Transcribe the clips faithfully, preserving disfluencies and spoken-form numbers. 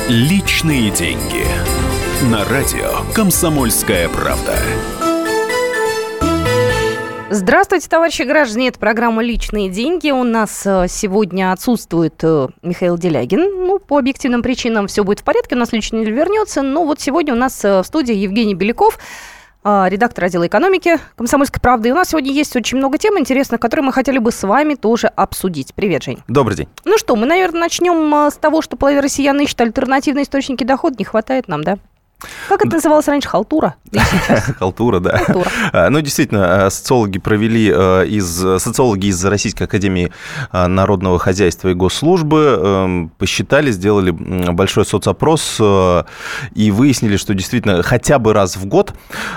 Личные деньги. На радио «Комсомольская правда». Здравствуйте, товарищи граждане. Это программа «Личные деньги». У нас сегодня отсутствует Михаил Делягин. Ну, по объективным причинам все будет в порядке. У нас личный вернется. Но вот сегодня у нас в студии Евгений Беляков, редактор отдела экономики «Комсомольской правды». И у нас сегодня есть очень много тем интересных, которые мы хотели бы с вами тоже обсудить. Привет, Жень. Добрый день. Ну что, мы, наверное, начнем с того, что половина россиян ищет альтернативные источники дохода. Не хватает нам, да? Как это называлось раньше? Халтура? Халтура, да. Халтура. Ну, действительно, социологи провели из... Социологи из Российской академии народного хозяйства и госслужбы посчитали, сделали большой соцопрос и выяснили, что действительно хотя бы раз в год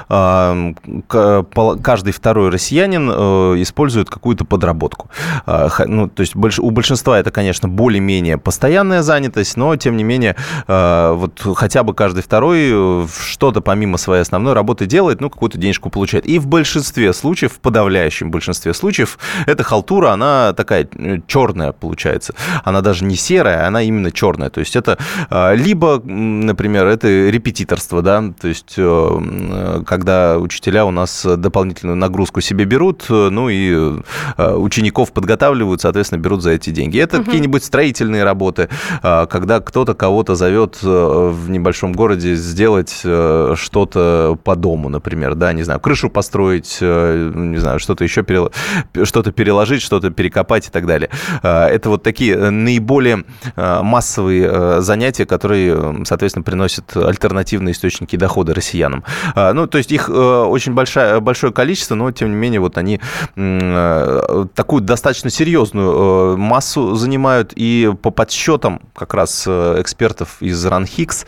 каждый второй россиянин использует какую-то подработку. Ну, то есть у большинства это, конечно, более-менее постоянная занятость, но, тем не менее, вот хотя бы каждый второй что-то помимо своей основной работы делает, ну, какую-то денежку получает. И в большинстве случаев, в подавляющем большинстве случаев, эта халтура, она такая черная получается. Она даже не серая, она именно черная. То есть это либо, например, это репетиторство, да, то есть когда учителя у нас дополнительную нагрузку себе берут, ну, и учеников подготавливают, соответственно, берут за эти деньги. Это угу. какие-нибудь строительные работы, когда кто-то кого-то зовет в небольшом городе сделать что-то по дому, например, да, не знаю, крышу построить, не знаю, что-то еще, перел... что-то переложить, что-то перекопать и так далее. Это вот такие наиболее массовые занятия, которые, соответственно, приносят альтернативные источники дохода россиянам. Ну, то есть их очень большое, большое количество, но, тем не менее, вот они такую достаточно серьезную массу занимают, и по подсчетам как раз экспертов из РАНХИКС,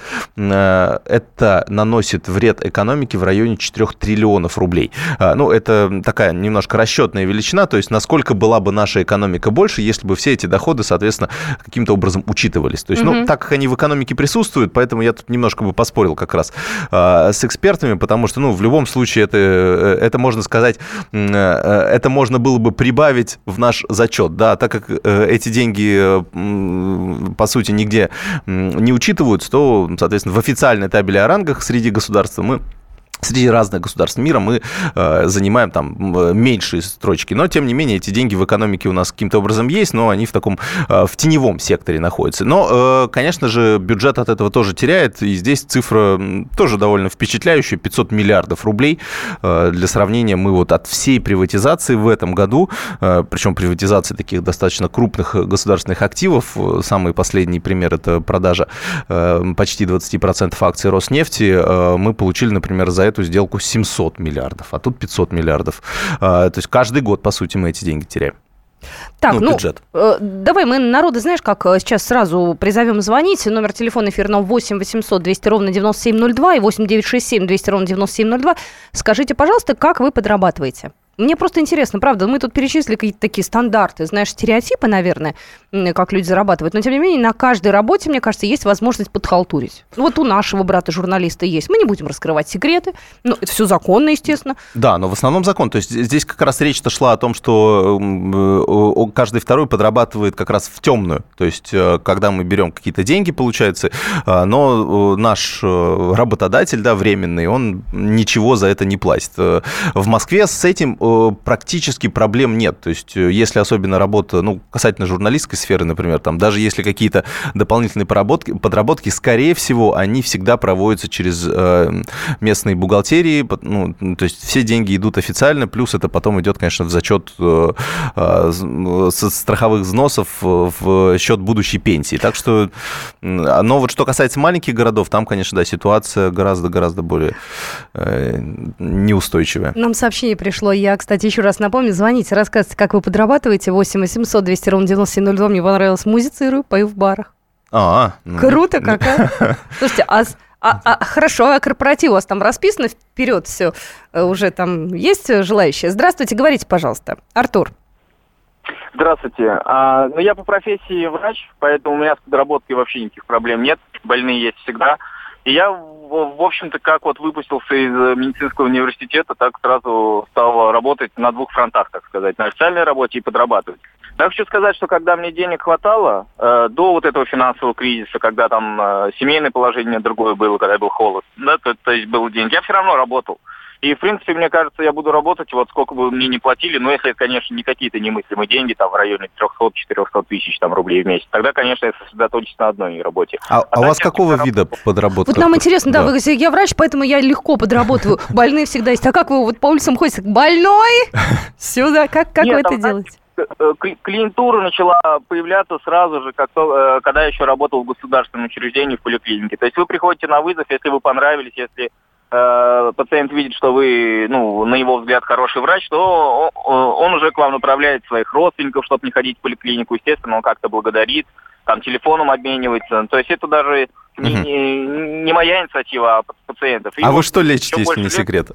это наносит вред экономике в районе четырех триллионов рублей. Ну, это такая немножко расчетная величина, то есть насколько была бы наша экономика больше, если бы все эти доходы, соответственно, каким-то образом учитывались. То есть, угу. ну, так как они в экономике присутствуют, поэтому я тут немножко бы поспорил как раз с экспертами, потому что, ну, в любом случае это, это можно сказать, это можно было бы прибавить в наш зачет, да, так как эти деньги, по сути, нигде не учитываются, то, соответственно, в официальной табели о рангах среди государств мы Среди разных государств мира мы э, занимаем там меньшие строчки, но, тем не менее, эти деньги в экономике у нас каким-то образом есть, но они в таком, э, в теневом секторе находятся. Но, э, конечно же, бюджет от этого тоже теряет, и здесь цифра тоже довольно впечатляющая, пятьсот миллиардов рублей. Э, для сравнения, мы вот от всей приватизации в этом году, э, причем приватизации таких достаточно крупных государственных активов, самый последний пример – это продажа э, почти двадцать процентов акций Роснефти, э, мы получили, например, за это эту сделку семьсот миллиардов, а тут пятьсот миллиардов. То есть каждый год, по сути, мы эти деньги теряем. Так, ну, ну э, давай мы народы, знаешь, как сейчас сразу призовем звонить. Номер телефона эфирного восемь восемьсот двести ровно девяносто семь ноль два и восемь девятьсот шестьдесят семь двести ровно девяносто семь ноль два. Скажите, пожалуйста, как вы подрабатываете? Мне просто интересно, правда, мы тут перечислили какие-то такие стандарты, знаешь, стереотипы, наверное, как люди зарабатывают, но, тем не менее, на каждой работе, мне кажется, есть возможность подхалтурить. Вот у нашего брата-журналиста есть. Мы не будем раскрывать секреты, но это все законно, естественно. Да, но в основном закон. То есть здесь как раз речь-то шла о том, что каждый второй подрабатывает как раз в темную. То есть когда мы берем какие-то деньги, получается, но наш работодатель, да, временный, он ничего за это не платит. В Москве с этим практически проблем нет. То есть, если особенно работа, ну, касательно журналистской сферы, например, там, даже если какие-то дополнительные подработки, подработки, скорее всего, они всегда проводятся через э, местные бухгалтерии, ну, то есть, все деньги идут официально, плюс это потом идет, конечно, в зачет э, э, со страховых взносов в счет будущей пенсии. Так что, но вот что касается маленьких городов, там, конечно, да, ситуация гораздо-гораздо более э, неустойчивая. Нам сообщение пришло, я, кстати, еще раз напомню, звоните, рассказывайте, как вы подрабатываете. восемь восемьсот двести ровно девяносто семь ноль два. Мне понравилось. Музицирую, пою в барах. А, ну... Круто какая. Слушайте, а, а, а хорошо, а корпоратив у вас там расписано вперед все? Уже там есть желающие? Здравствуйте, говорите, пожалуйста. Артур. Здравствуйте. А, ну, я по профессии врач, поэтому у меня с подработкой вообще никаких проблем нет. Больные есть всегда. И я, в общем-то, как вот выпустился из медицинского университета, так сразу стал работать на двух фронтах, так сказать, на официальной работе и подрабатывать. Я хочу сказать, что когда мне денег хватало, э, до вот этого финансового кризиса, когда там э, семейное положение другое было, когда я был холод, да, то, то есть был деньги, я все равно работал. И, в принципе, мне кажется, я буду работать, вот сколько бы мне ни платили, но если это, конечно, не какие-то немыслимые деньги, там, в районе триста-четыреста тысяч там, рублей в месяц, тогда, конечно, я сосредоточусь на одной работе. А, а, а у вас какого вида подработка? Вот нам интересно, да, да, вы говорите, я врач, поэтому я легко подрабатываю. Больные всегда есть. А как вы вот по улицам ходите? Больной? Сюда. Как вы это делаете? Клиентура начала появляться сразу же, как то, когда я еще работал в государственном учреждении, в поликлинике. То есть вы приходите на вызов, если вы понравились, если пациент видит, что вы, ну, на его взгляд, хороший врач, то он уже к вам направляет своих родственников, чтобы не ходить в поликлинику. Естественно, он как-то благодарит, там, телефоном обменивается. То есть это даже uh-huh. не, не моя инициатива, а пациентов. И а вот вы что лечите, если не секрет?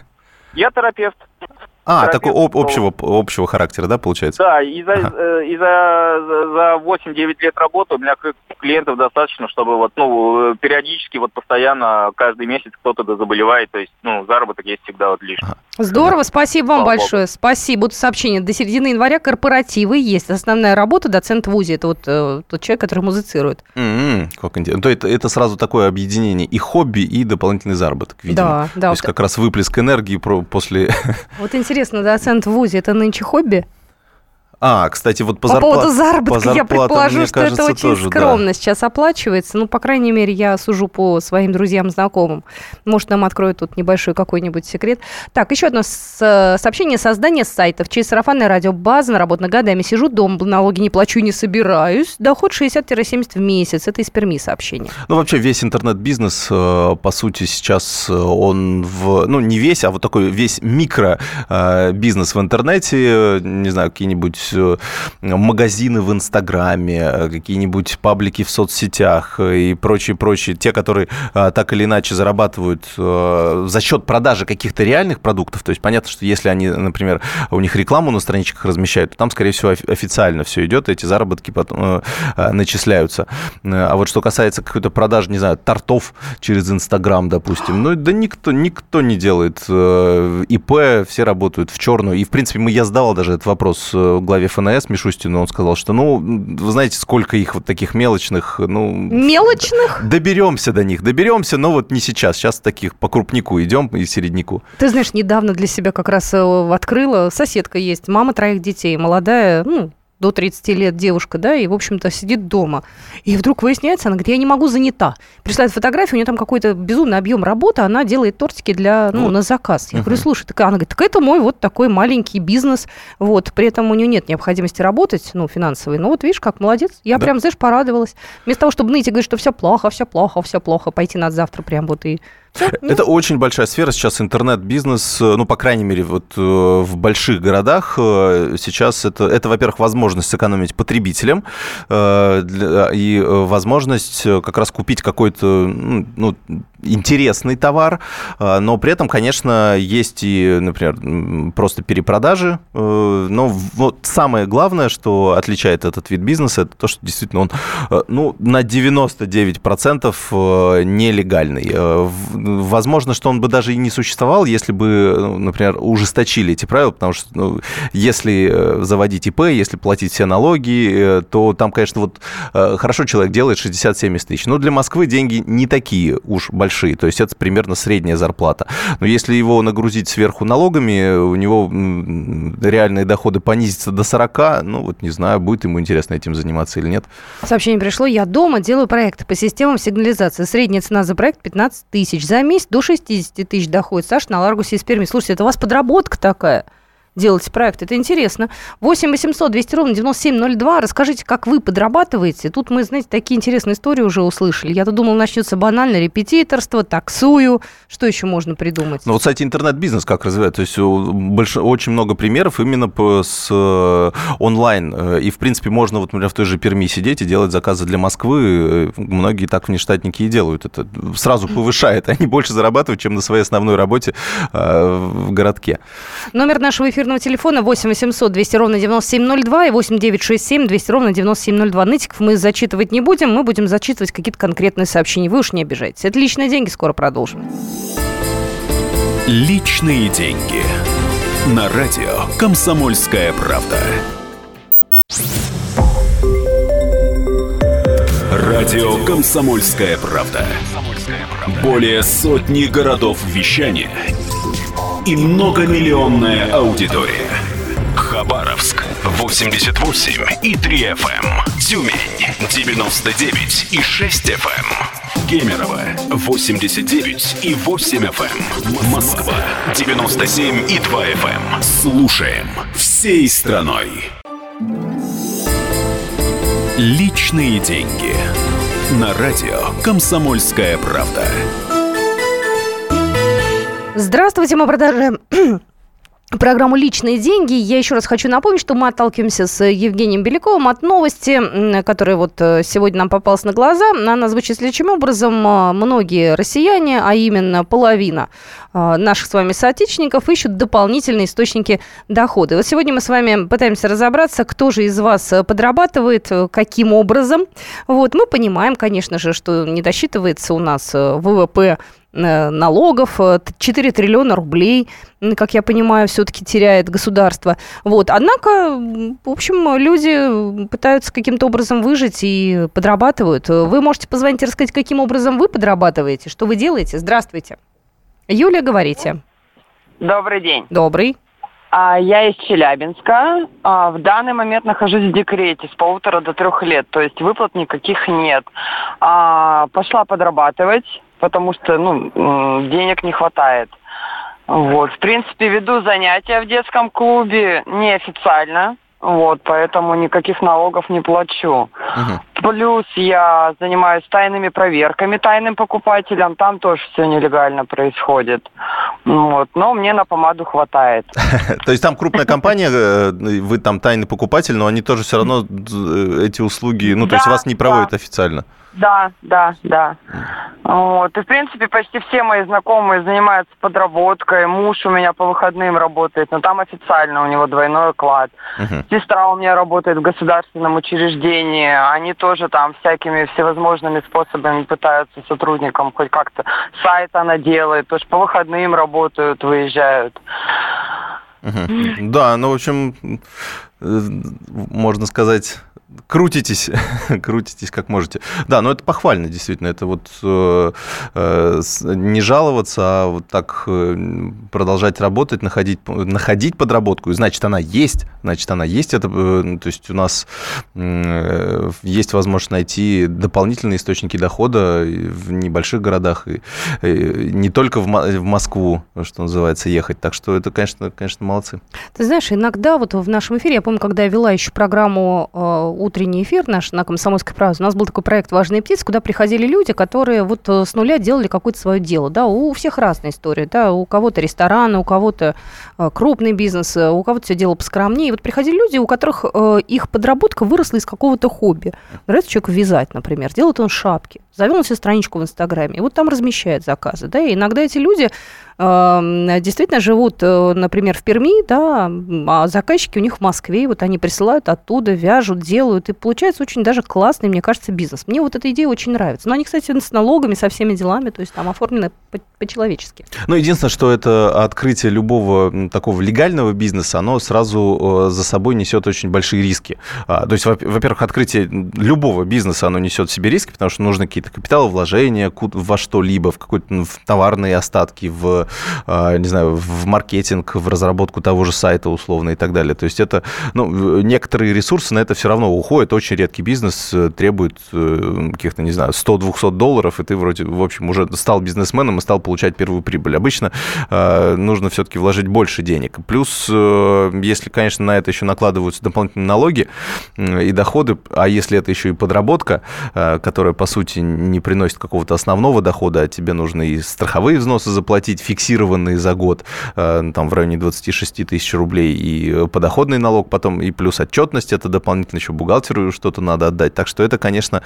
Я терапевт. А, такой об, общего, общего характера, да, получается? Да, и за, ага. э, и за, за восемь-девять лет работы у меня клиентов достаточно, чтобы вот, ну, периодически, вот постоянно, каждый месяц кто-то да заболевает, то есть, ну, заработок есть всегда вот лишний. Здорово, спасибо вам Слава большое, Богу. Спасибо. Вот сообщение, до середины января корпоративы есть. Основная работа доцент в ВУЗе, это вот э, тот человек, который музицирует. Mm-hmm, как интересно. То это, это сразу такое объединение и хобби, и дополнительный заработок, видимо. Да, да. То есть вот как раз выплеск энергии после... Вот интересно, доцент в ВУЗе, это нынче хобби? А, кстати, вот по, по зарплат... поводу заработка по я предположу, что кажется, это очень тоже, скромно да. сейчас оплачивается. Ну, по крайней мере, я сужу по своим друзьям, знакомым. Может, нам откроют тут небольшой какой-нибудь секрет. Так, еще одно сообщение. Создание сайтов. Через сарафанное радио база наработано годами. Сижу дома, налоги не плачу, не собираюсь. Доход шестьдесят-семьдесят в месяц. Это из Перми сообщение. Ну, вообще, весь интернет-бизнес, по сути, сейчас он в... Ну, не весь, а вот такой весь микробизнес в интернете. Не знаю, какие-нибудь... магазины в Инстаграме, какие-нибудь паблики в соцсетях и прочие-прочие, те, которые а, так или иначе зарабатывают а, за счет продажи каких-то реальных продуктов. То есть понятно, что если они, например, у них рекламу на страничках размещают, то там, скорее всего, официально все идет, и эти заработки потом а, начисляются. А вот что касается какой-то продажи, не знаю, тортов через Инстаграм, допустим, ну да никто, никто не делает ИП, все работают в черную. И, в принципе, мы, я задавал даже этот вопрос главе эф эн эс Мишустину, он сказал, что, ну, вы знаете, сколько их вот таких мелочных, ну... Мелочных? Доберемся до них, доберемся, но вот не сейчас. Сейчас таких по крупнику идем и середняку. Ты знаешь, недавно для себя как раз открыла, соседка есть, мама троих детей, молодая, ну, до тридцати лет девушка, да, и, в общем-то, сидит дома. И вдруг выясняется, она говорит, я не могу, занята. Присылает фотографию, у нее там какой-то безумный объем работы, она делает тортики для, ну, вот. на заказ. Я uh-huh. говорю, слушай, так, она говорит, так это мой вот такой маленький бизнес, вот, при этом у нее нет необходимости работать, ну, финансовой, но вот, видишь, как молодец, я да. прям, знаешь, порадовалась. Вместо того, чтобы ныть и говорить, что все плохо, все плохо, все плохо, пойти надо завтра прям вот и... Это очень большая сфера сейчас, интернет-бизнес, ну, по крайней мере, вот в больших городах сейчас это, это во-первых, возможность сэкономить потребителям и возможность как раз купить какой-то, ну, интересный товар, но при этом, конечно, есть и, например, просто перепродажи, но вот самое главное, что отличает этот вид бизнеса, это то, что действительно он, ну, на девяносто девять процентов нелегальный. Возможно, что он бы даже и не существовал, если бы, например, ужесточили эти правила, потому что, ну, если заводить ИП, если платить все налоги, то там, конечно, вот хорошо человек делает шестьдесят-семьдесят тысяч, но для Москвы деньги не такие уж большие, то есть это примерно средняя зарплата. Но если его нагрузить сверху налогами, у него реальные доходы понизятся до сорока, ну вот не знаю, будет ему интересно этим заниматься или нет. Сообщение пришло, я дома делаю проекты по системам сигнализации. Средняя цена за проект пятнадцать тысяч. За месяц до шестьдесят тысяч доходит. Саша на Ларгусе из Перми. Слушайте, это у вас подработка такая. Делаете проект, это интересно. восемь восемьсот двести ровно девяносто семь ноль два. Расскажите, как вы подрабатываете. Тут мы, знаете, такие интересные истории уже услышали. Я-то думала, начнется банально репетиторство, таксую. Что еще можно придумать? Ну вот, кстати, интернет-бизнес как развивать? То есть больш... очень много примеров именно с онлайн. И, в принципе, можно, вот, например, в той же Перми сидеть и делать заказы для Москвы. Многие так внештатники и делают. Это сразу повышает. Они больше зарабатывают, чем на своей основной работе в городке. Номер нашего эфира телефона восемь восемьсот двести ровно девяносто семь ноль два и восемь девятьсот шестьдесят семь двести ровно девяносто семь ноль два. Нытиков мы зачитывать не будем, мы будем зачитывать какие-то конкретные сообщения. Вы уж не обижайтесь. Это личные деньги, скоро продолжим. Личные деньги. На радио «Комсомольская правда». Радио «Комсомольская правда». Более сотни городов вещания и многомиллионная аудитория. Хабаровск восемьдесят восемь и три эф эм, Тюмень девяносто девять и шесть эф эм, Кемерово восемьдесят девять и восемь эф эм, Москва девяносто семь и два эф эм. Слушаем всей страной. Личные деньги. На радио «Комсомольская правда». Здравствуйте, мы продолжаем программу «Личные деньги». Я еще раз хочу напомнить, что мы отталкиваемся с Евгением Беляковым от новости, которая вот сегодня нам попалась на глаза. Она звучит следующим образом. Многие россияне, а именно половина наших с вами соотечественников, ищут дополнительные источники дохода. И вот сегодня мы с вами пытаемся разобраться, кто же из вас подрабатывает, каким образом. Вот, мы понимаем, конечно же, что не досчитывается у нас вэ вэ пэ налогов, четыре триллиона рублей, как я понимаю, все-таки теряет государство. Вот. Однако, в общем, люди пытаются каким-то образом выжить и подрабатывают. Вы можете позвонить и рассказать, каким образом вы подрабатываете, что вы делаете. Здравствуйте. Юлия, говорите. Добрый день. Добрый. А, я из Челябинска. А, в данный момент нахожусь в декрете с полутора до трех лет, то есть выплат никаких нет. А, пошла подрабатывать, потому что, ну, денег не хватает. Вот, в принципе, веду занятия в детском клубе неофициально, вот, поэтому никаких налогов не плачу. Uh-huh. Плюс я занимаюсь тайными проверками тайным покупателям, там тоже все нелегально происходит. Вот, но мне на помаду хватает. То есть там крупная компания, вы там тайный покупатель, но они тоже все равно эти услуги, ну, то есть вас не проводят официально? Да, да, да. Вот. И, в принципе, почти все мои знакомые занимаются подработкой. Муж у меня по выходным работает, но там официально у него двойной оклад. Uh-huh. Сестра у меня работает в государственном учреждении. Они тоже там всякими всевозможными способами пытаются сотрудникам хоть как-то. Сайт она делает, тоже по выходным работают, выезжают. Uh-huh. Да, ну, в общем, можно сказать... Крутитесь, крутитесь как можете. Да, но это похвально, действительно. Это вот э, э, не жаловаться, а вот так э, продолжать работать, находить, находить подработку. И значит, она есть. Значит, она есть. Это, э, то есть у нас э, есть возможность найти дополнительные источники дохода в небольших городах. И, и не только в, в Москву, что называется, ехать. Так что это, конечно, конечно, молодцы. Ты знаешь, иногда вот в нашем эфире, я помню, когда я вела еще программу э, утренний эфир наш на «Комсомольской правде», у нас был такой проект «Важные птицы», куда приходили люди, которые вот с нуля делали какое-то свое дело. Да, у всех разная история. Да, у кого-то рестораны, у кого-то крупный бизнес, у кого-то все дело поскромнее. И вот приходили люди, у которых их подработка выросла из какого-то хобби. Нравится человеку вязать, например. Делает он шапки. Завел он себе страничку в Инстаграме. И вот там размещает заказы. Да, и иногда эти люди действительно живут, например, в Перми, да, а заказчики у них в Москве, и вот они присылают оттуда, вяжут, делают, и получается очень даже классный, мне кажется, бизнес. Мне вот эта идея очень нравится. Но они, кстати, с налогами, со всеми делами, то есть там оформлены по-человечески. Ну, единственное, что это открытие любого такого легального бизнеса, оно сразу за собой несет очень большие риски. То есть, во-первых, открытие любого бизнеса, оно несет в себе риски, потому что нужны какие-то капиталовложения во что-либо, в какой-то в товарные остатки, в не знаю, в маркетинг, в разработку того же сайта условно и так далее. То есть это, ну, некоторые ресурсы на это все равно уходят. Очень редкий бизнес требует каких-то, не знаю, сто-двести долларов, и ты вроде, в общем, уже стал бизнесменом и стал получать первую прибыль. Обычно э, нужно все-таки вложить больше денег. Плюс, э, если, конечно, на это еще накладываются дополнительные налоги э, и доходы, а если это еще и подработка, э, которая, по сути, не приносит какого-то основного дохода, а тебе нужно и страховые взносы заплатить, фиксированные за год, там в районе двадцать шесть тысяч рублей, и подоходный налог потом, и плюс отчетность, это дополнительно еще бухгалтеру что-то надо отдать. Так что это, конечно,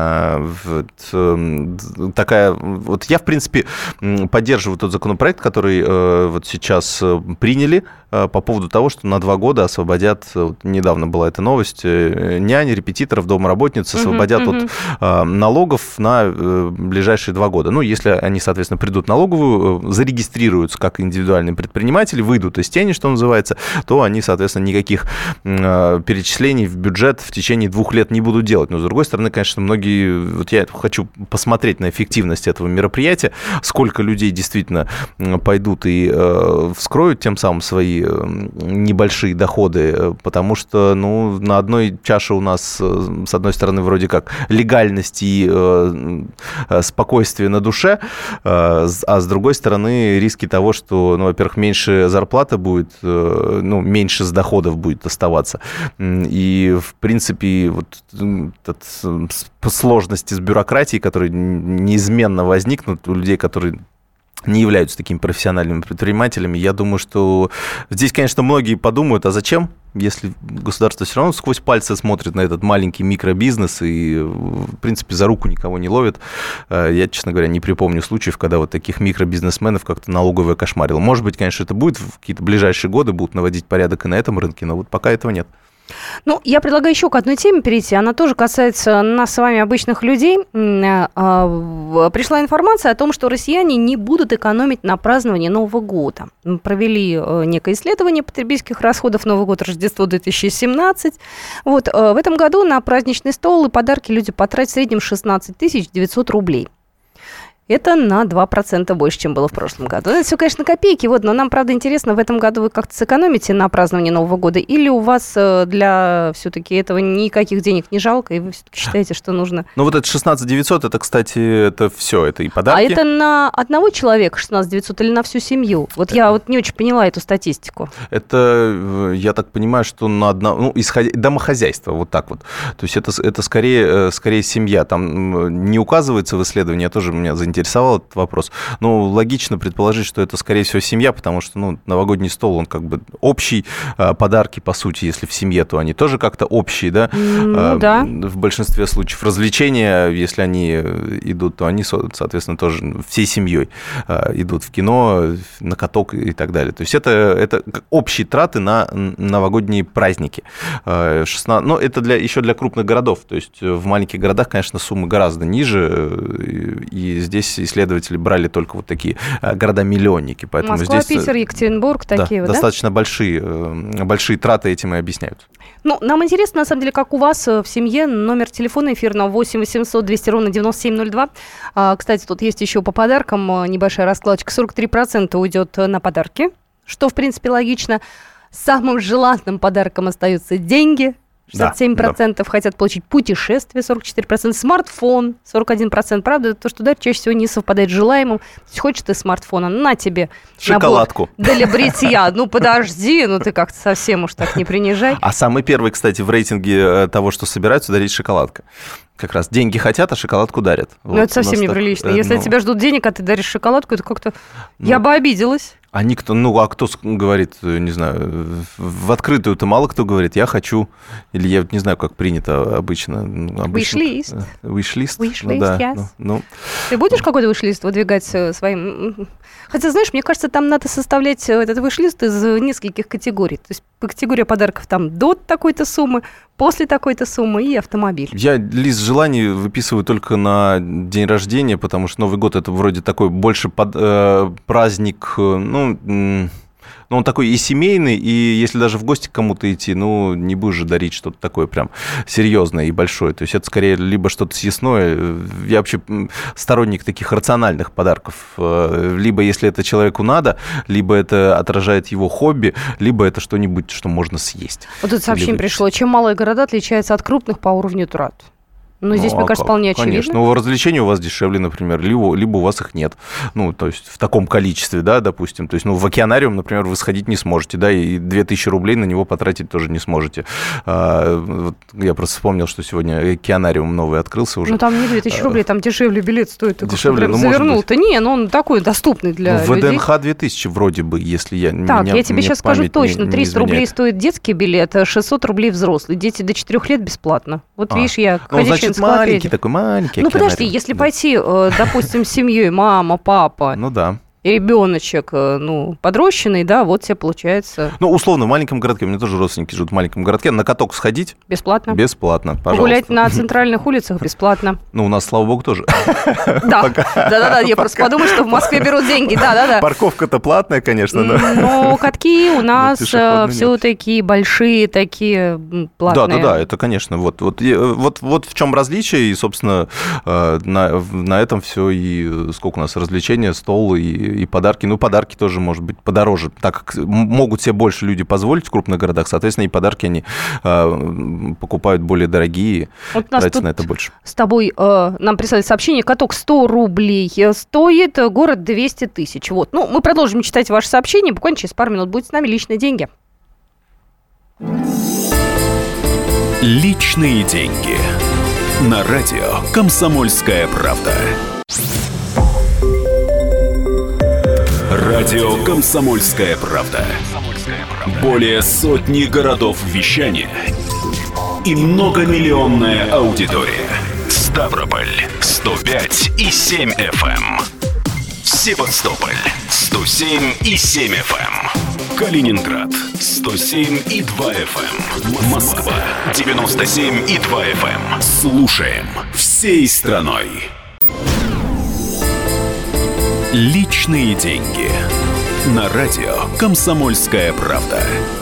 такая... Вот я, в принципе, поддерживаю тот законопроект, который вот сейчас приняли по поводу того, что на два года освободят, вот недавно была эта новость, няни, репетиторов, домработниц освободят uh-huh, uh-huh. от налогов на э, ближайшие два года. Ну, если они, соответственно, придут в налоговую, э, зарегистрируются как индивидуальные предприниматели, выйдут из тени, что называется, то они, соответственно, никаких э, перечислений в бюджет в течение двух лет не будут делать. Но, с другой стороны, конечно, многие... Вот я хочу посмотреть на эффективность этого мероприятия, сколько людей действительно пойдут и э, вскроют тем самым свои э, небольшие доходы, потому что, ну, на одной чаше у нас, с одной стороны, вроде как легальность и э, спокойствие на душе, э, а с другой стороны, риски того, что, ну, во-первых, меньше зарплата будет, э, ну, меньше с доходов будет оставаться. И, в принципе, вот этот, сложности с бюрократией, которые неизменно возникнут у людей, которые не являются такими профессиональными предпринимателями, я думаю, что здесь, конечно, многие подумают, а зачем, если государство все равно сквозь пальцы смотрит на этот маленький микробизнес и, в принципе, за руку никого не ловит. Я, честно говоря, не припомню случаев, когда вот таких микробизнесменов как-то налоговая кошмарила. Может быть, конечно, это будет в какие-то ближайшие годы, будут наводить порядок и на этом рынке, но вот пока этого нет. Ну, я предлагаю еще к одной теме перейти. Она тоже касается нас с вами, обычных людей. Пришла информация о том, что россияне не будут экономить на праздновании Нового года. Провели некое исследование потребительских расходов Новый год, Рождество две тысячи семнадцать. Вот, в этом году на праздничный стол и подарки люди потратят в среднем шестнадцать тысяч девятьсот рублей. Это на два процента больше, чем было в прошлом году. Это все, конечно, копейки, вот, но нам, правда, интересно, в этом году вы как-то сэкономите на празднование Нового года, или у вас для все-таки этого никаких денег не жалко, и вы все-таки считаете, что нужно... Ну, вот это шестнадцать девятьсот, это, кстати, это все, это и подарки. А это на одного человека шестнадцать девятьсот или на всю семью? Вот я вот не очень поняла эту статистику. Это, я так понимаю, что на одно... Ну, исходя... домохозяйство, вот так вот. То есть это, это скорее, скорее семья. Там не указывается в исследовании, я тоже меня заинтересовал этот вопрос. Ну, логично предположить, что это, скорее всего, семья, потому что, ну, новогодний стол, он как бы общий, а подарки, по сути, если в семье, то они тоже как-то общие, да? Ну, а, да. В большинстве случаев развлечения, если они идут, то они, соответственно, тоже всей семьей идут в кино, на каток и так далее. То есть это, это общие траты на новогодние праздники. шестнадцать, ну, это для, еще для крупных городов. То есть в маленьких городах, конечно, суммы гораздо ниже, и здесь исследователи брали только вот такие города-миллионники. Поэтому Москва, здесь, Питер, Екатеринбург, такие да, вот, да? Достаточно большие, большие траты этим и объясняют. Ну, нам интересно, на самом деле, как у вас в семье. Номер телефона эфирного восемь восемьсот двести ровно девяносто семь ноль два. А, кстати, тут есть еще по подаркам небольшая раскладочка. сорок три процента уйдет на подарки, что, в принципе, логично. Самым желанным подарком остаются деньги. шестьдесят семь процентов да, хотят получить путешествие, сорок четыре процента, смартфон, сорок один процент. Правда, то, что дарят, чаще всего не совпадает с желаемым. То есть хочешь ты смартфона, на тебе шоколадку. Для бритья. Ну, подожди, ну ты как-то совсем уж так не принижай. А самый первый, кстати, в рейтинге того, что собираются дарить, шоколадка. Как раз деньги хотят, а шоколадку дарят. Ну, вот это совсем неприлично. Так, Если ну... от тебя ждут денег, а ты даришь шоколадку, это как-то... Ну... Я бы обиделась. А никто, ну, а кто говорит, не знаю, в открытую-то мало кто говорит, я хочу, или я не знаю, как принято обычно. обычно виш-лист. Виш-лист. Виш-лист, ну, да, yes. ну, ну. Ты будешь какой-то виш-лист выдвигать своим... Хотя, знаешь, мне кажется, там надо составлять этот виш-лист из нескольких категорий. То есть категория подарков там до такой-то суммы, после такой-то суммы и автомобиль. Я лист желаний выписываю только на день рождения, потому что Новый год это вроде такой больше под, э, праздник, ну, э, ну, он такой и семейный, и если даже в гости к кому-то идти, ну, не будешь же дарить что-то такое прям серьезное и большое. То есть это скорее либо что-то съестное. Я вообще сторонник таких рациональных подарков. Либо если это человеку надо, либо это отражает его хобби, либо это что-нибудь, что можно съесть. Вот тут сообщение пришло. Чем малые города отличаются от крупных по уровню трат? Ну, здесь, ну, мне а кажется, как? Вполне очевидно. Конечно. Ну, развлечения у вас дешевле, например, либо, либо у вас их нет. Ну, то есть в таком количестве, да, допустим. То есть, ну, в океанариум, например, вы сходить не сможете, да, и две тысячи рублей на него потратить тоже не сможете. А, вот я просто вспомнил, что сегодня океанариум новый открылся уже. Ну, там не две тысячи рублей, там дешевле билет стоит. Дешевле, ну, завернул-то. Не, ну, он такой доступный для ну, людей. В ВДНХ две тысячи вроде бы, если я... Так, меня, я тебе сейчас скажу точно. Не, триста не рублей стоит детский билет, шестьсот рублей взрослый. Дети до четырех лет бесплатно. Вот а. видишь, я ну, значит, маленький такой, маленький. Ну, подожди, если да. пойти, допустим, с семьей, мама, папа. Ну, да. и ребеночек, ну, подрощенный, да, вот тебе получается... Ну, условно, в маленьком городке, у меня тоже родственники живут в маленьком городке, на каток сходить? Бесплатно. Бесплатно, пожалуйста. Гулять на центральных улицах бесплатно. Ну, у нас, слава богу, тоже. Да, да-да-да, я просто подумала, что в Москве берут деньги, да-да-да. Парковка-то платная, конечно, да. Но катки у нас все-таки большие, такие платные. Да-да-да, это, конечно, вот, вот, вот, вот в чем различие, и, собственно, на, на этом все, и сколько у нас развлечения, стол и, и подарки. Ну, подарки тоже, может быть, подороже, так как могут себе больше люди позволить в крупных городах, соответственно, и подарки они э, покупают более дорогие, вот тратят на это больше. С тобой э, нам прислали сообщение, каток сто рублей стоит, город двести тысяч. Вот. Ну, мы продолжим читать ваши сообщения, буквально через пару минут будет с нами личные деньги. Личные деньги. На радио «Комсомольская правда». Радио «Комсомольская правда». Более сотни городов вещания и многомиллионная аудитория. Ставрополь сто пять и семь эф эм. Севастополь сто семь и семь эф эм. Калининград сто семь и два эф эм. Москва девяносто семь и два эф эм. Слушаем всей страной. Личные деньги. На радио «Комсомольская правда».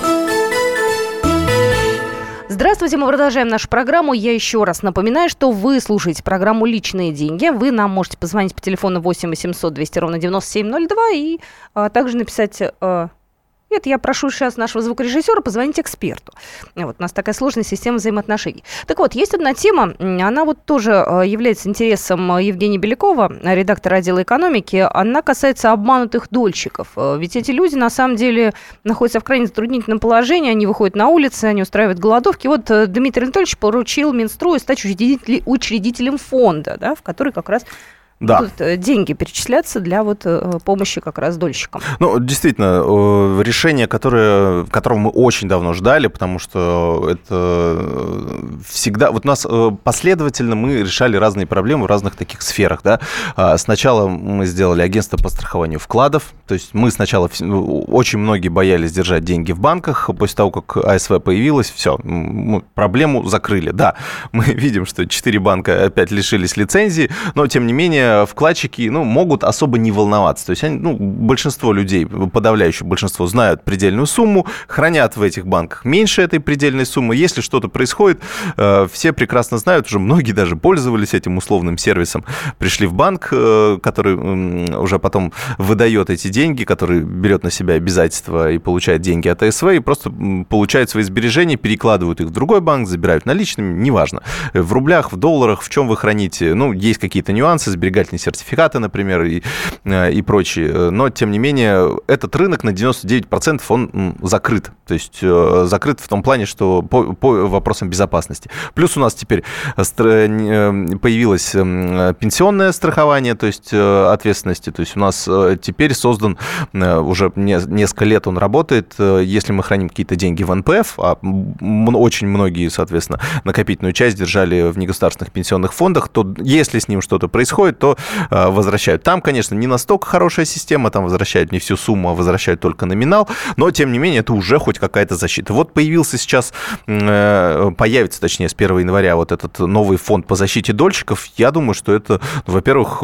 Здравствуйте, мы продолжаем нашу программу. Я еще раз напоминаю, что вы слушаете программу «Личные деньги». Вы нам можете позвонить по телефону восемь восемьсот двести ровно девяносто семь ноль два и а, также написать... А, это я прошу сейчас нашего звукорежиссера позвонить эксперту. Вот, у нас такая сложная система взаимоотношений. Так вот, есть одна тема, она вот тоже является интересом Евгения Белякова, редактора отдела экономики. Она касается обманутых дольщиков. Ведь эти люди, на самом деле, находятся в крайне затруднительном положении. Они выходят на улицы, они устраивают голодовки. Вот Дмитрий Анатольевич поручил Минстрою стать учредителем фонда, да, в который как раз... Да. Будут деньги перечисляться для вот помощи как раз дольщикам. Ну, действительно, решение, которое, которого мы очень давно ждали, потому что это всегда... Вот у нас последовательно мы решали разные проблемы в разных таких сферах, да. Сначала мы сделали агентство по страхованию вкладов, то есть мы сначала... Очень многие боялись держать деньги в банках, после того, как АСВ появилось, все, мы проблему закрыли. Да, мы видим, что четыре банка опять лишились лицензии, но, тем не менее, вкладчики, ну, могут особо не волноваться. То есть они, ну, большинство людей, подавляющее большинство, знают предельную сумму, хранят в этих банках меньше этой предельной суммы. Если что-то происходит, все прекрасно знают, уже многие даже пользовались этим условным сервисом, пришли в банк, который уже потом выдает эти деньги, который берет на себя обязательства и получает деньги от АСВ, и просто получают свои сбережения, перекладывают их в другой банк, забирают наличными, неважно. В рублях, в долларах, в чем вы храните. Ну, есть какие-то нюансы, сберегательные сертификаты, например, и, и прочие. Но, тем не менее, этот рынок на девяносто девять процентов он закрыт. То есть закрыт в том плане, что по, по вопросам безопасности. Плюс у нас теперь появилось пенсионное страхование, то есть ответственности. То есть у нас теперь создан, уже несколько лет он работает, если мы храним какие-то деньги в эн пэ эф, а очень многие, соответственно, накопительную часть держали в негосударственных пенсионных фондах, то если с ним что-то происходит, то возвращают. Там, конечно, не настолько хорошая система, там возвращают не всю сумму, а возвращают только номинал, но, тем не менее, это уже хоть какая-то защита. Вот появился сейчас, появится, точнее, с первого января вот этот новый фонд по защите дольщиков. Я думаю, что это, ну, во-первых,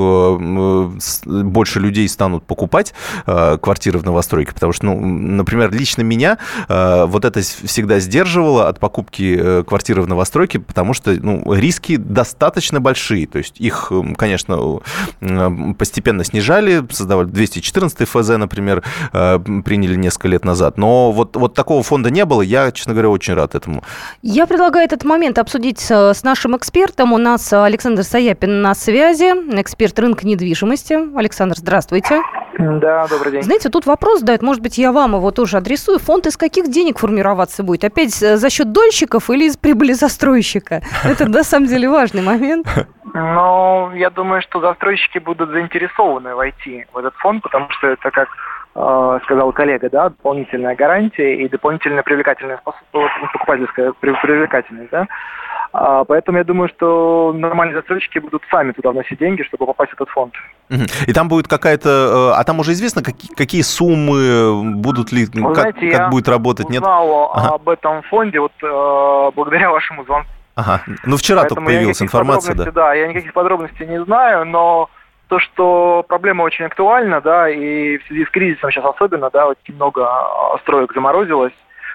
больше людей станут покупать квартиры в новостройке, потому что, ну, например, лично меня вот это всегда сдерживало от покупки квартиры в новостройке, потому что, ну, риски достаточно большие, то есть их, конечно, постепенно снижали, создавали двести четырнадцатый эф зэ, например, приняли несколько лет назад. Но вот, вот такого фонда не было, я, честно говоря, очень рад этому. Я предлагаю этот момент обсудить с нашим экспертом. У нас Александр Саяпин на связи, эксперт рынка недвижимости. Александр, здравствуйте. Да, добрый день. Знаете, тут вопрос задают, может быть, я вам его тоже адресую. Фонд из каких денег формироваться будет? Опять за счет дольщиков или из прибыли застройщика? Это, на самом деле, важный момент. Ну, я думаю, что застройщики будут заинтересованы войти в этот фонд, потому что это, как э, сказал коллега, да, дополнительная гарантия и дополнительная привлекательная способ, покупательская привлекательность, да. А, поэтому я думаю, что нормальные застройщики будут сами туда вносить деньги, чтобы попасть в этот фонд. И там будет какая-то... А там уже известно, какие, какие суммы, будут ли... Вы как, знаете, как будет работать? Я узнал ага. об этом фонде вот э, благодаря вашему звонку. Ага. Ну, вчера Поэтому только появилась информация, да? Да, я никаких подробностей не знаю, но то, что проблема очень актуальна, да, и в связи с кризисом сейчас особенно, да, очень много строек заморозилось,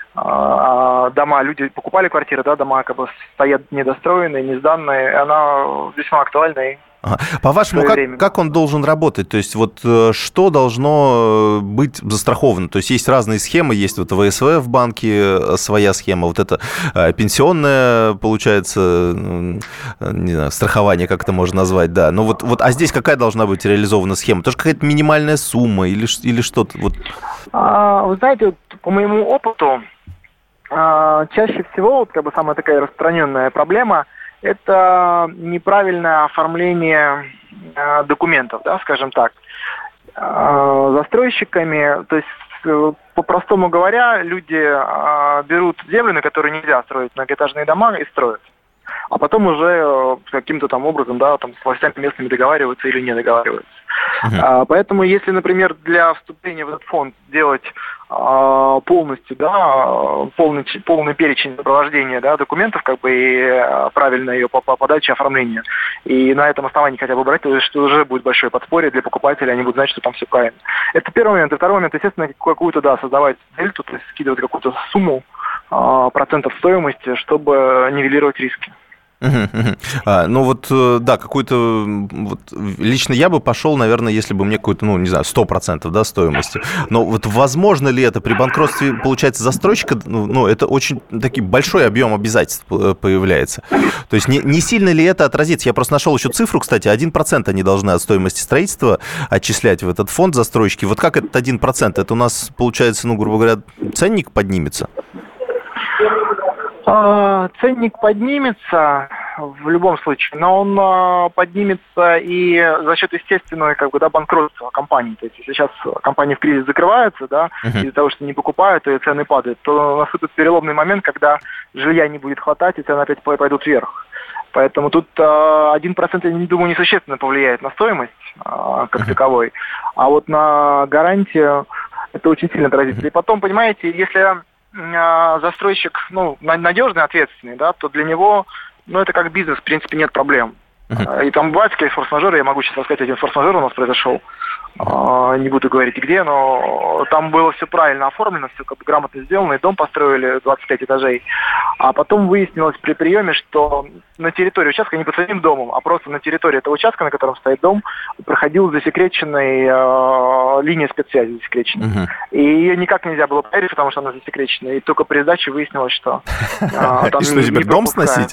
дома, люди покупали квартиры, да, дома как бы стоят недостроенные, не сданные, она весьма актуальна. И ага. По-вашему, как, как он должен работать? То есть вот что должно быть застраховано? То есть есть разные схемы, есть вот вэ эс вэ в банке своя схема, вот это пенсионное, получается, не знаю, страхование, как это можно назвать, да. Но вот, вот, а здесь какая должна быть реализована схема? Тоже какая-то минимальная сумма или, или что-то? Вот. А, вы знаете, вот, по моему опыту, а, чаще всего, вот, как бы самая такая распространенная проблема, это неправильное оформление э, документов, да, скажем так, э, застройщиками. То есть, э, по-простому говоря, люди э, берут землю, на которой нельзя строить многоэтажные дома, и строят. А потом уже э, каким-то там образом, да, там с властями местными договариваются или не договариваются. Uh-huh. А, поэтому, если, например, для вступления в этот фонд сделать а, полностью, да, полный, полный перечень сопровождения, да, документов, как бы, и а, правильно ее по, по подаче оформления, и на этом основании хотя бы брать, то что уже будет большое подспорье для покупателей, они будут знать, что там все правильно. Это первый момент. И второй момент, естественно, какую-то, да, создавать дельту, то есть скидывать какую-то сумму а, процентов стоимости, чтобы нивелировать риски. Uh-huh, uh-huh. А, ну вот, да, какой-то... Вот, лично я бы пошел, наверное, если бы мне какой-то, ну, не знаю, сто процентов, да, стоимости. Но вот возможно ли это при банкротстве, получается, застройщика, ну, ну это очень таки большой объем обязательств появляется. То есть не, не сильно ли это отразится? Я просто нашел еще цифру, кстати, один процент они должны от стоимости строительства отчислять в этот фонд застройщики. Вот как этот один процент? Это у нас, получается, ну, грубо говоря, ценник поднимется? Ценник поднимется в любом случае, но он поднимется и за счет естественного, как бы, да, банкротства компании. То есть, если сейчас компании в кризис закрываются, да, uh-huh. из-за того, что не покупают, и цены падают, то наступит переломный момент, когда жилья не будет хватать, и цены опять пойдут вверх. Поэтому тут один процент, я не думаю, несущественно повлияет на стоимость как uh-huh. таковой. А вот на гарантию это очень сильно отразится. Uh-huh. И потом, понимаете, если застройщик, ну, надежный, ответственный, да, то для него, ну, это как бизнес, в принципе, нет проблем. Uh-huh. И там бывают какие-то форс-мажоры, я могу сейчас рассказать, один форс-мажор у нас произошел, uh-huh. не буду говорить где, но там было все правильно оформлено, все как бы грамотно сделано, и дом построили двадцать пять этажей. А потом выяснилось при приеме, что на территории участка, не под самим домом, а просто на территории этого участка, на котором стоит дом, проходил засекреченный э, линия спецсвязи засекреченная. Uh-huh. И ее никак нельзя было проверить, потому что она засекречена. И только при сдаче выяснилось, что э, там и что, теперь дом сносить?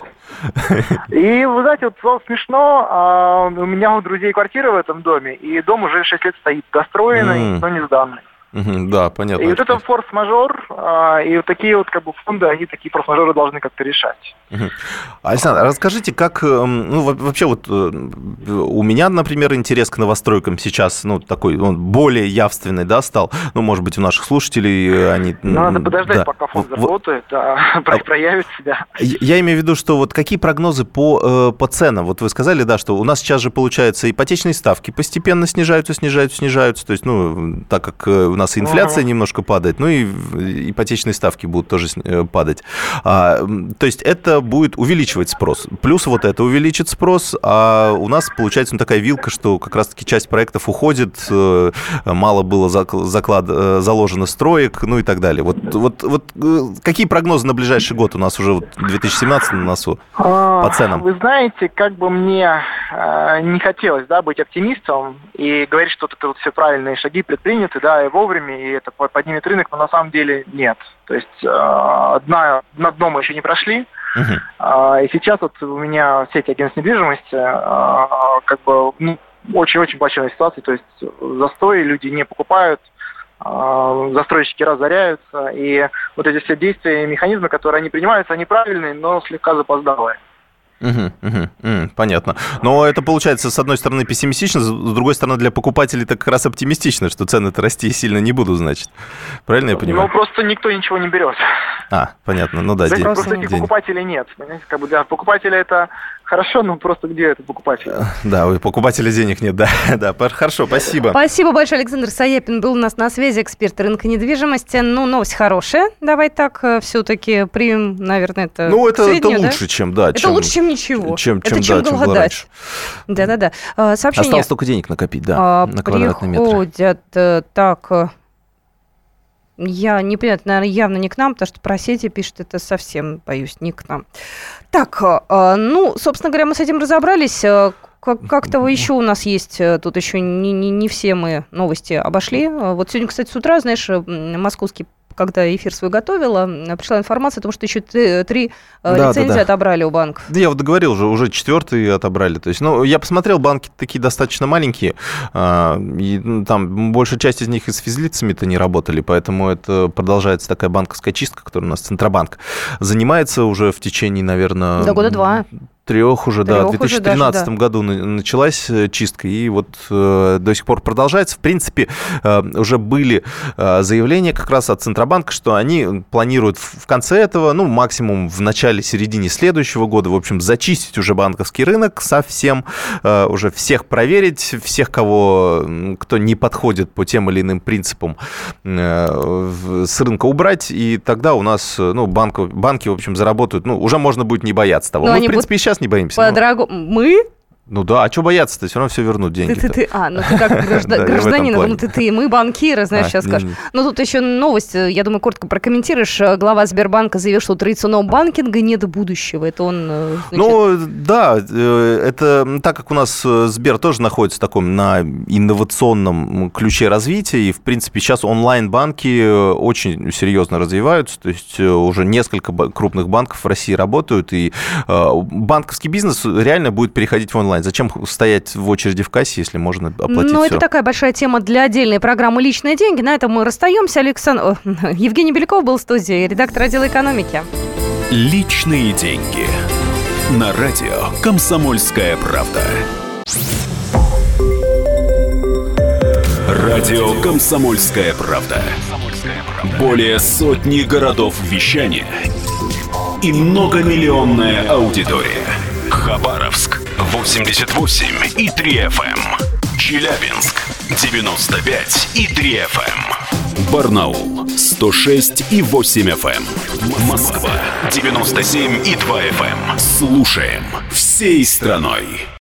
И, вы знаете, вот смешно, у меня у друзей квартира в этом доме, и дом уже шесть лет стоит, достроенный, но не сданный. Угу, да, понятно. И вот это форс-мажор, и вот такие вот как бы фонды, они такие форс-мажоры должны как-то решать. Угу. Александр, расскажите, как, ну, вообще вот у меня, например, интерес к новостройкам сейчас, ну, такой, он более явственный, да, стал, ну, может быть, у наших слушателей они... Надо подождать, да. пока фонд заработает, да, проявит себя. Я имею в виду, что вот какие прогнозы по, по ценам? Вот вы сказали, да, что у нас сейчас же, получается, ипотечные ставки постепенно снижаются, снижаются, снижаются, то есть, ну, так как у нас инфляция uh-huh. немножко падает, ну и ипотечные ставки будут тоже падать. А, то есть это будет увеличивать спрос. Плюс вот это увеличит спрос, а у нас получается ну, такая вилка, что как раз-таки часть проектов уходит, мало было заклад, заложено строек, ну и так далее. Вот, вот, вот какие прогнозы на ближайший год? У нас уже две тысячи семнадцатый на носу по ценам. Вы знаете, как бы мне э, не хотелось, да, быть оптимистом и говорить, что это вот все правильные шаги предприняты, да, и вовремя, и это поднимет рынок, но на самом деле нет. То есть э, дна, на дно мы еще не прошли, uh-huh. э, и сейчас вот у меня сеть агентств недвижимости э, как бы ну, очень-очень плачевная ситуация, то есть застой, люди не покупают, э, застройщики разоряются, и вот эти все действия и механизмы, которые они принимаются, они правильные, но слегка запоздалые. Угу, угу, угу, понятно. Но это получается, с одной стороны, пессимистично, с другой стороны, для покупателей это как раз оптимистично, что цены-то расти сильно не будут, значит. Правильно я понимаю? Ну, просто никто ничего не берет. А, понятно, ну да. Да, день, просто таких день. покупателей нет. Понимаете? Как бы для покупателя это хорошо, но просто где это покупатель? Да, у покупателя денег нет, да. да. Хорошо, спасибо. Спасибо большое. Александр Саяпин был у нас на связи, эксперт рынка недвижимости. Ну, новость хорошая. Давай так все-таки примем, наверное, это Ну, это, среднюю, это да? лучше, чем, да. Это чем, лучше, чем ничего. Чем, чем, это чем да, голодать. Чем Да-да-да. Сообщение. Осталось только денег накопить, да, а, на квадратный метр. Приходят так... Я не понимаю, это, наверное, явно не к нам, потому что про сети пишет, это совсем, боюсь, не к нам. Так, ну, собственно говоря, мы с этим разобрались. Как-то еще у нас есть, тут еще не, не, не все мы новости обошли. Вот сегодня, кстати, с утра, знаешь, московский, когда эфир свой готовила, пришла информация о том, что еще три да, лицензии да, да. отобрали у банков. Да, я вот договорил уже, уже четвертый отобрали. То есть, ну, я посмотрел, банки такие достаточно маленькие, и, ну, там большая часть из них и с физлицами-то не работали, поэтому это продолжается такая банковская чистка, которую у нас Центробанк занимается уже в течение, наверное... До года два. Трех уже, Трех да. В две тысячи тринадцатом даже, да. году началась чистка, и вот э, до сих пор продолжается. В принципе, э, уже были э, заявления как раз от Центробанка, что они планируют в конце этого, ну, максимум в начале-середине следующего года, в общем, зачистить уже банковский рынок совсем, э, уже всех проверить, всех, кого, кто не подходит по тем или иным принципам, э, с рынка убрать, и тогда у нас, ну, банк, банки, в общем, заработают, ну, уже можно будет не бояться того. Но Мы, в принципе, сейчас не боимся. По-дорогому. Мы? Ну да, а что бояться-то? Все равно все вернут деньги. Ты, ты, ты, а, ну ты как граждан, гражданин, думаю, ты, ты, мы банкиры, знаешь, а, сейчас скажешь. Ну тут еще новость, я думаю, коротко прокомментируешь. Глава Сбербанка заявил, что у традиционного банкинга нет будущего. Это он... Значит... Ну да, это так как у нас Сбер тоже находится в таком на инновационном ключе развития, и в принципе сейчас онлайн-банки очень серьезно развиваются, то есть уже несколько крупных банков в России работают, и банковский бизнес реально будет переходить в онлайн. Зачем стоять в очереди в кассе, если можно оплатить Ну, все? это такая большая тема для отдельной программы «Личные деньги». На этом мы расстаемся. Александр... Евгений Беляков был в студии, редактор отдела экономики. «Личные деньги». На радио «Комсомольская правда». Радио «Комсомольская правда». Более сотни городов вещания и многомиллионная аудитория. Хабаровск восемьдесят восемь и три эф эм, Челябинск девяносто пять и три эф эм, Барнаул сто шесть и восемь эф эм, Москва девяносто семь и два эф эм. Слушаем всей страной.